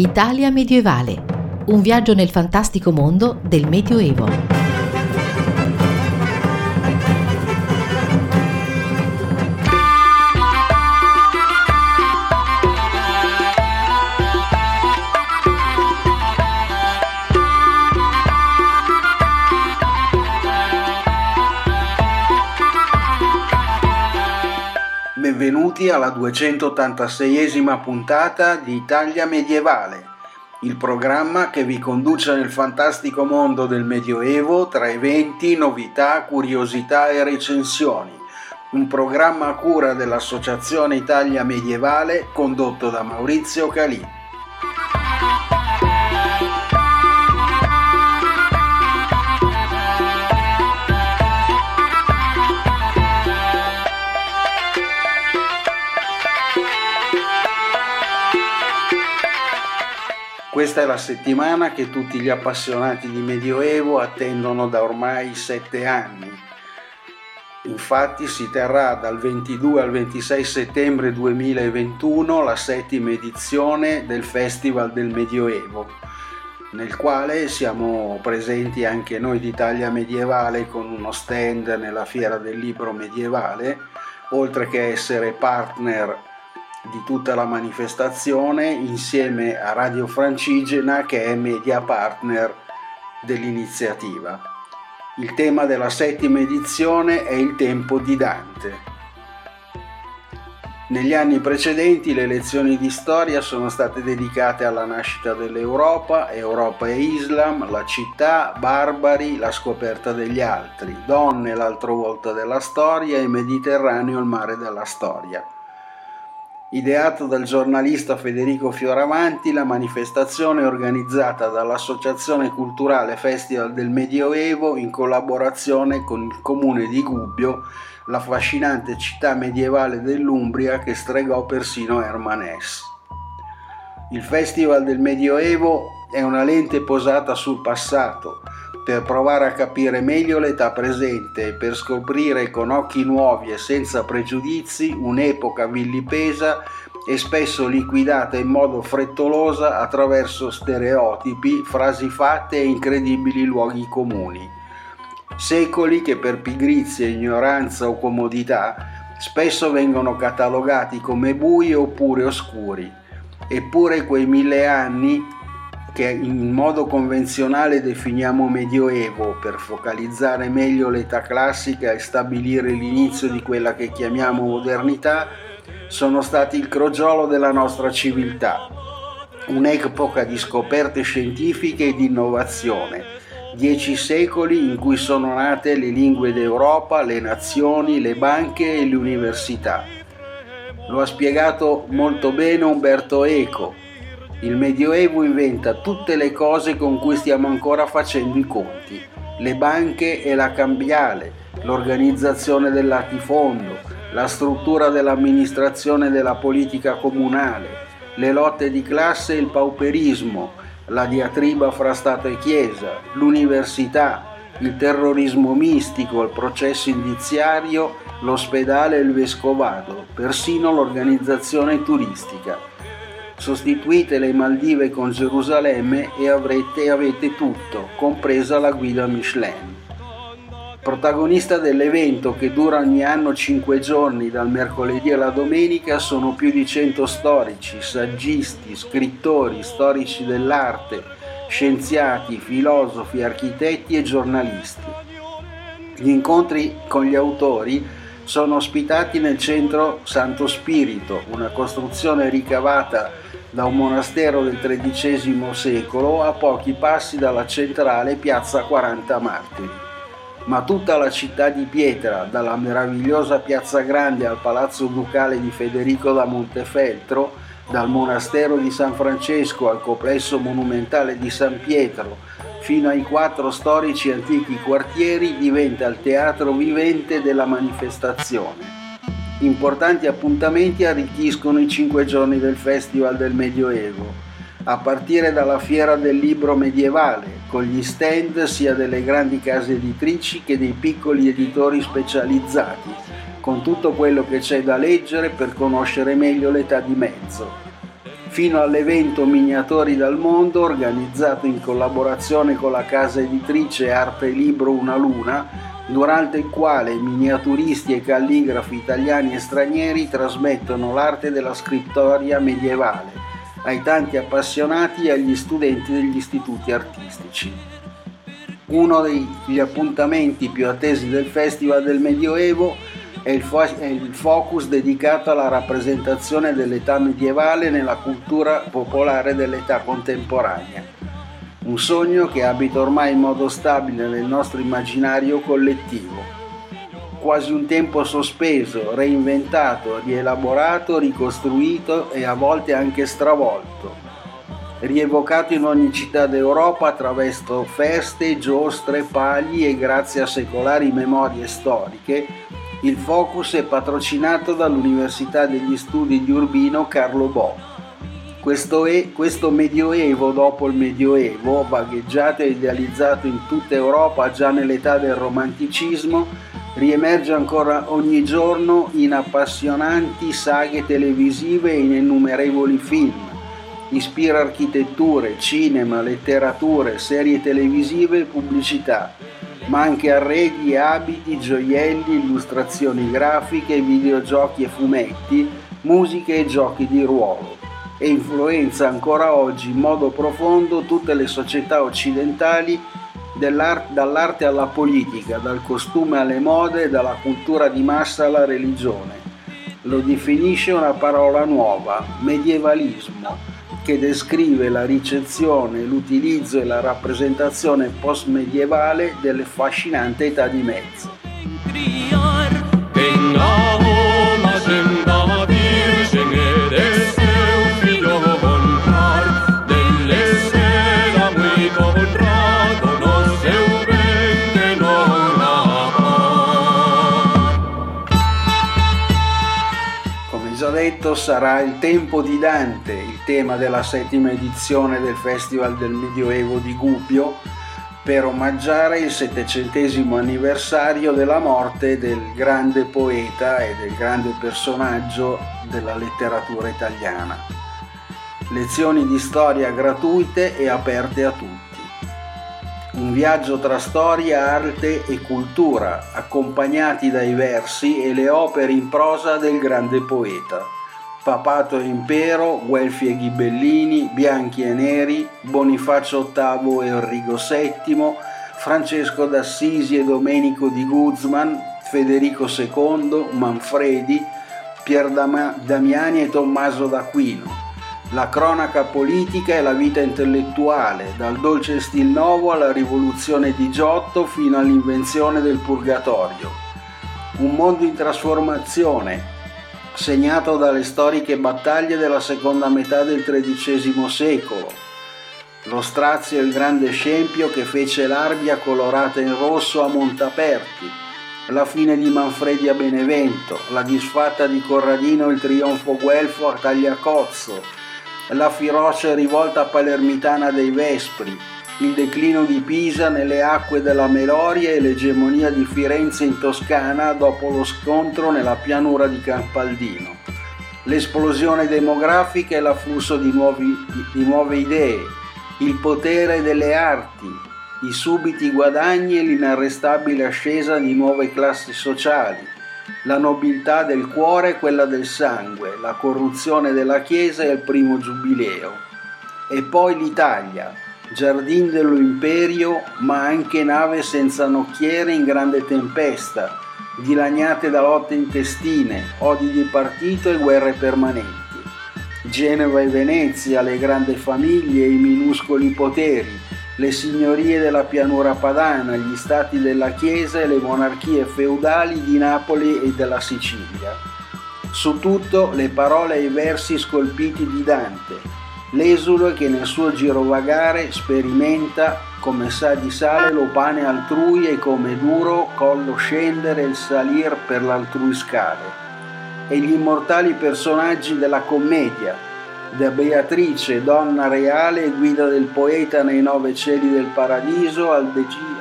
Italia medievale. Un viaggio nel fantastico mondo del Medioevo. Benvenuti alla 286esima puntata di Italia medievale, il programma che vi conduce nel fantastico mondo del Medioevo tra eventi, novità, curiosità e recensioni. Un programma a cura dell'Associazione Italia Medievale condotto da Maurizio Calì. Questa è la settimana che tutti gli appassionati di Medioevo attendono da ormai 7 anni. Infatti si terrà dal 22 al 26 settembre 2021 la 7ª edizione del Festival del Medioevo, nel quale siamo presenti anche noi di Italia Medievale con uno stand nella Fiera del Libro Medievale, oltre che essere partner di tutta la manifestazione insieme a Radio Francigena, che è media partner dell'iniziativa. Il tema della 7ª edizione è il tempo di Dante. Negli anni precedenti le lezioni di storia sono state dedicate alla nascita dell'Europa, Europa e Islam, la città, barbari, la scoperta degli altri, donne, l'altro volto della storia e Mediterraneo, il mare della storia. Ideato dal giornalista Federico Fioravanti, la manifestazione è organizzata dall'Associazione Culturale Festival del Medioevo in collaborazione con il comune di Gubbio, l'affascinante città medievale dell'Umbria che stregò persino Hermanès. Il Festival del Medioevo è una lente posata sul passato, per provare a capire meglio l'età presente e per scoprire con occhi nuovi e senza pregiudizi un'epoca vilipesa e spesso liquidata in modo frettoloso attraverso stereotipi, frasi fatte e incredibili luoghi comuni. Secoli che per pigrizia, ignoranza o comodità spesso vengono catalogati come bui oppure oscuri. Eppure quei 1000 anni che in modo convenzionale definiamo Medioevo per focalizzare meglio l'età classica e stabilire l'inizio di quella che chiamiamo modernità, sono stati il crogiolo della nostra civiltà, un'epoca di scoperte scientifiche e di innovazione, 10 secoli in cui sono nate le lingue d'Europa, le nazioni, le banche e le università. Lo ha spiegato molto bene Umberto Eco. Il Medioevo inventa tutte le cose con cui stiamo ancora facendo i conti: le banche e la cambiale, l'organizzazione del latifondo, la struttura dell'amministrazione della politica comunale, le lotte di classe e il pauperismo, la diatriba fra Stato e Chiesa, l'università, il terrorismo mistico, il processo indiziario, l'ospedale e il vescovado, persino l'organizzazione turistica. Sostituite le Maldive con Gerusalemme e avete tutto, compresa la guida Michelin. Protagonista dell'evento, che dura ogni anno 5 giorni, dal mercoledì alla domenica, sono più di 100 storici, saggisti, scrittori, storici dell'arte, scienziati, filosofi, architetti e giornalisti. Gli incontri con gli autori sono ospitati nel centro Santo Spirito, una costruzione ricavata da un monastero del XIII secolo a pochi passi dalla centrale piazza 40 Martiri. Ma tutta la città di pietra, dalla meravigliosa piazza Grande al palazzo ducale di Federico da Montefeltro, dal monastero di San Francesco al complesso monumentale di San Pietro, fino ai 4 storici antichi quartieri, diventa il teatro vivente della manifestazione. Importanti appuntamenti arricchiscono i 5 giorni del Festival del Medioevo, a partire dalla Fiera del Libro Medievale, con gli stand sia delle grandi case editrici che dei piccoli editori specializzati, con tutto quello che c'è da leggere per conoscere meglio l'età di mezzo. fino all'evento Miniatori dal Mondo, organizzato in collaborazione con la casa editrice Arte Libro Una Luna, durante il quale miniaturisti e calligrafi italiani e stranieri trasmettono l'arte della scrittoria medievale ai tanti appassionati e agli studenti degli istituti artistici. Uno degli appuntamenti più attesi del Festival del Medioevo è il focus dedicato alla rappresentazione dell'età medievale nella cultura popolare dell'età contemporanea. Un sogno che abita ormai in modo stabile nel nostro immaginario collettivo. Quasi un tempo sospeso, reinventato, rielaborato, ricostruito e a volte anche stravolto. Rievocato in ogni città d'Europa attraverso feste, giostre, palii e grazie a secolari memorie storiche, il Focus è patrocinato dall'Università degli Studi di Urbino Carlo Bo. Questo Medioevo dopo il Medioevo, vagheggiato e idealizzato in tutta Europa già nell'età del Romanticismo, riemerge ancora ogni giorno in appassionanti saghe televisive e in innumerevoli film. Ispira architetture, cinema, letterature, serie televisive e pubblicità, ma anche arredi, abiti, gioielli, illustrazioni grafiche, videogiochi e fumetti, musiche e giochi di ruolo, e influenza ancora oggi in modo profondo tutte le società occidentali, dall'arte alla politica, dal costume alle mode, dalla cultura di massa alla religione. Lo definisce una parola nuova, medievalismo, che descrive la ricezione, l'utilizzo e la rappresentazione post-medievale dell'affascinante età di mezzo. Detto, sarà il tempo di Dante, il tema della 7ª edizione del Festival del Medioevo di Gubbio, per omaggiare il 700° anniversario della morte del grande poeta e del grande personaggio della letteratura italiana. Lezioni di storia gratuite e aperte a tutti. Un viaggio tra storia, arte e cultura, accompagnati dai versi e le opere in prosa del grande poeta. Papato e Impero, Guelfi e Ghibellini, Bianchi e Neri, Bonifacio VIII e Enrico VII, Francesco d'Assisi e Domenico di Guzman, Federico II, Manfredi, Pier Damiani e Tommaso d'Aquino. La cronaca politica e la vita intellettuale, dal dolce stil novo alla rivoluzione di Giotto fino all'invenzione del purgatorio. Un mondo in trasformazione, segnato dalle storiche battaglie della seconda metà del XIII secolo. Lo strazio e il grande scempio che fece l'Arbia colorata in rosso a Montaperti, la fine di Manfredi a Benevento, la disfatta di Corradino e il trionfo guelfo a Tagliacozzo, la feroce rivolta palermitana dei Vespri, il declino di Pisa nelle acque della Meloria e l'egemonia di Firenze in Toscana dopo lo scontro nella pianura di Campaldino, l'esplosione demografica e l'afflusso di nuove idee, il potere delle arti, i subiti guadagni e l'inarrestabile ascesa di nuove classi sociali, la nobiltà del cuore e quella del sangue, la corruzione della Chiesa e il primo giubileo. E poi l'Italia, giardin dello imperio, ma anche nave senza nocchiere in grande tempesta, dilaniate da lotte intestine, odi di partito e guerre permanenti. Genova e Venezia, le grandi famiglie e i minuscoli poteri, le signorie della pianura padana, gli stati della Chiesa e le monarchie feudali di Napoli e della Sicilia. Su tutto le parole e i versi scolpiti di Dante, l'esule che nel suo girovagare sperimenta come sa di sale lo pane altrui e come duro collo scendere il salir per l'altrui scale, e gli immortali personaggi della commedia, da Beatrice, donna reale e guida del poeta nei 9 cieli del paradiso, al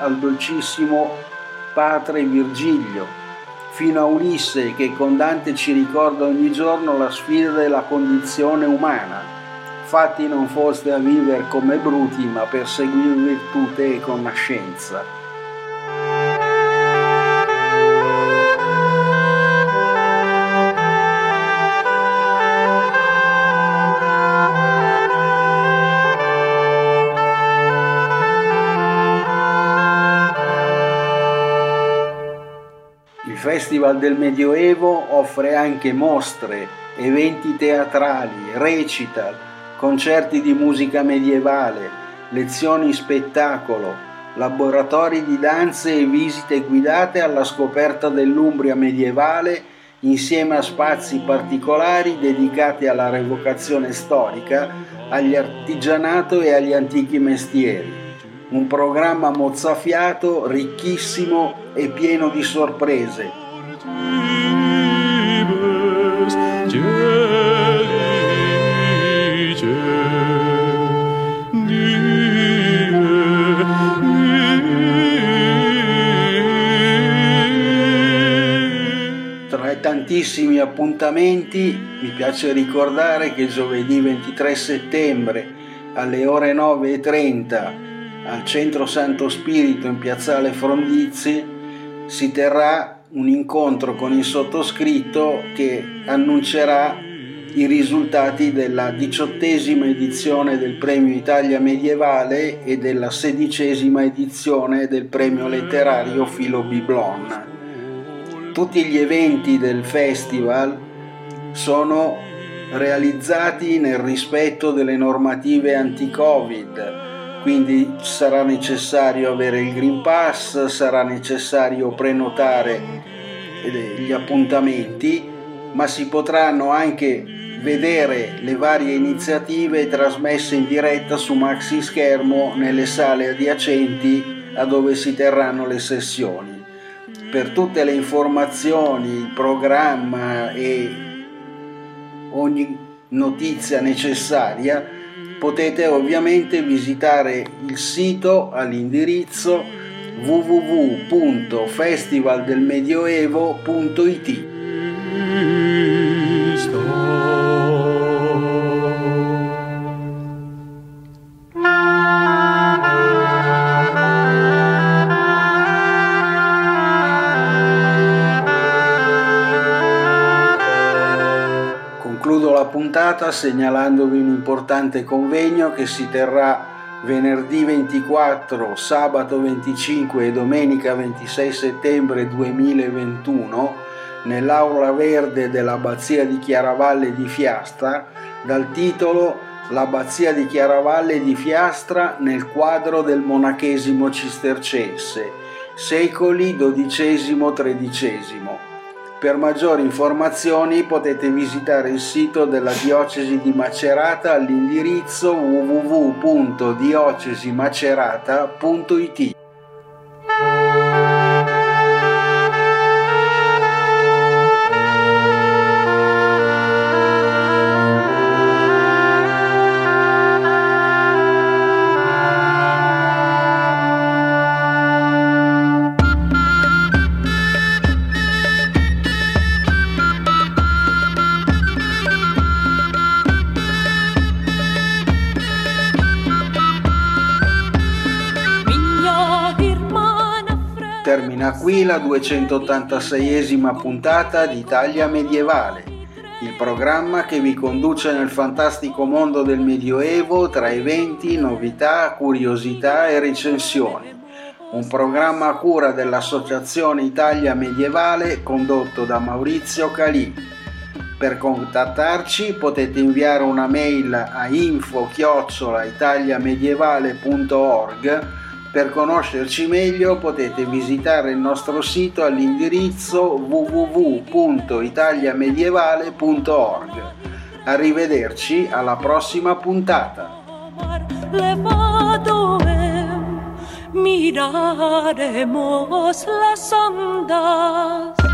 dolcissimo padre Virgilio, fino a Ulisse che con Dante ci ricorda ogni giorno la sfida della condizione umana, fatti non foste a viver come bruti, ma per seguir virtute e conoscenza. Il Festival del Medioevo offre anche mostre, eventi teatrali, recital, concerti di musica medievale, lezioni spettacolo, laboratori di danze e visite guidate alla scoperta dell'Umbria medievale, insieme a spazi particolari dedicati alla rievocazione storica, agli artigianato e agli antichi mestieri. Un programma mozzafiato, ricchissimo e pieno di sorprese. Tra i tantissimi appuntamenti mi piace ricordare che giovedì 23 settembre alle ore 9:30 al Centro Santo Spirito in Piazzale Frondizi si terrà un incontro con il sottoscritto che annuncerà i risultati della 18ª edizione del Premio Italia Medievale e della 16ª edizione del Premio Letterario Filo Biblon. Tutti gli eventi del festival sono realizzati nel rispetto delle normative anti-Covid. Quindi sarà necessario avere il Green Pass, sarà necessario prenotare gli appuntamenti, ma si potranno anche vedere le varie iniziative trasmesse in diretta su maxi schermo nelle sale adiacenti a dove si terranno le sessioni. Per tutte le informazioni, il programma e ogni notizia necessaria potete ovviamente visitare il sito all'indirizzo www.festivaldelmedioevo.it. Concludo la puntata segnalandovi un importante convegno che si terrà venerdì 24, sabato 25 e domenica 26 settembre 2021 nell'Aula Verde dell'Abbazia di Chiaravalle di Fiastra dal titolo L'Abbazia di Chiaravalle di Fiastra nel quadro del monachesimo cistercense, secoli XII-XIII. Per maggiori informazioni potete visitare il sito della Diocesi di Macerata all'indirizzo www.diocesimacerata.it. Termina qui la 286esima puntata di Italia Medievale, il programma che vi conduce nel fantastico mondo del Medioevo tra eventi, novità, curiosità e recensioni. Un programma a cura dell'Associazione Italia Medievale condotto da Maurizio Calì. Per contattarci potete inviare una mail a info@italiamedievale.org. Per conoscerci meglio potete visitare il nostro sito all'indirizzo www.italiamedievale.org. Arrivederci alla prossima puntata. Miraremos las ondas.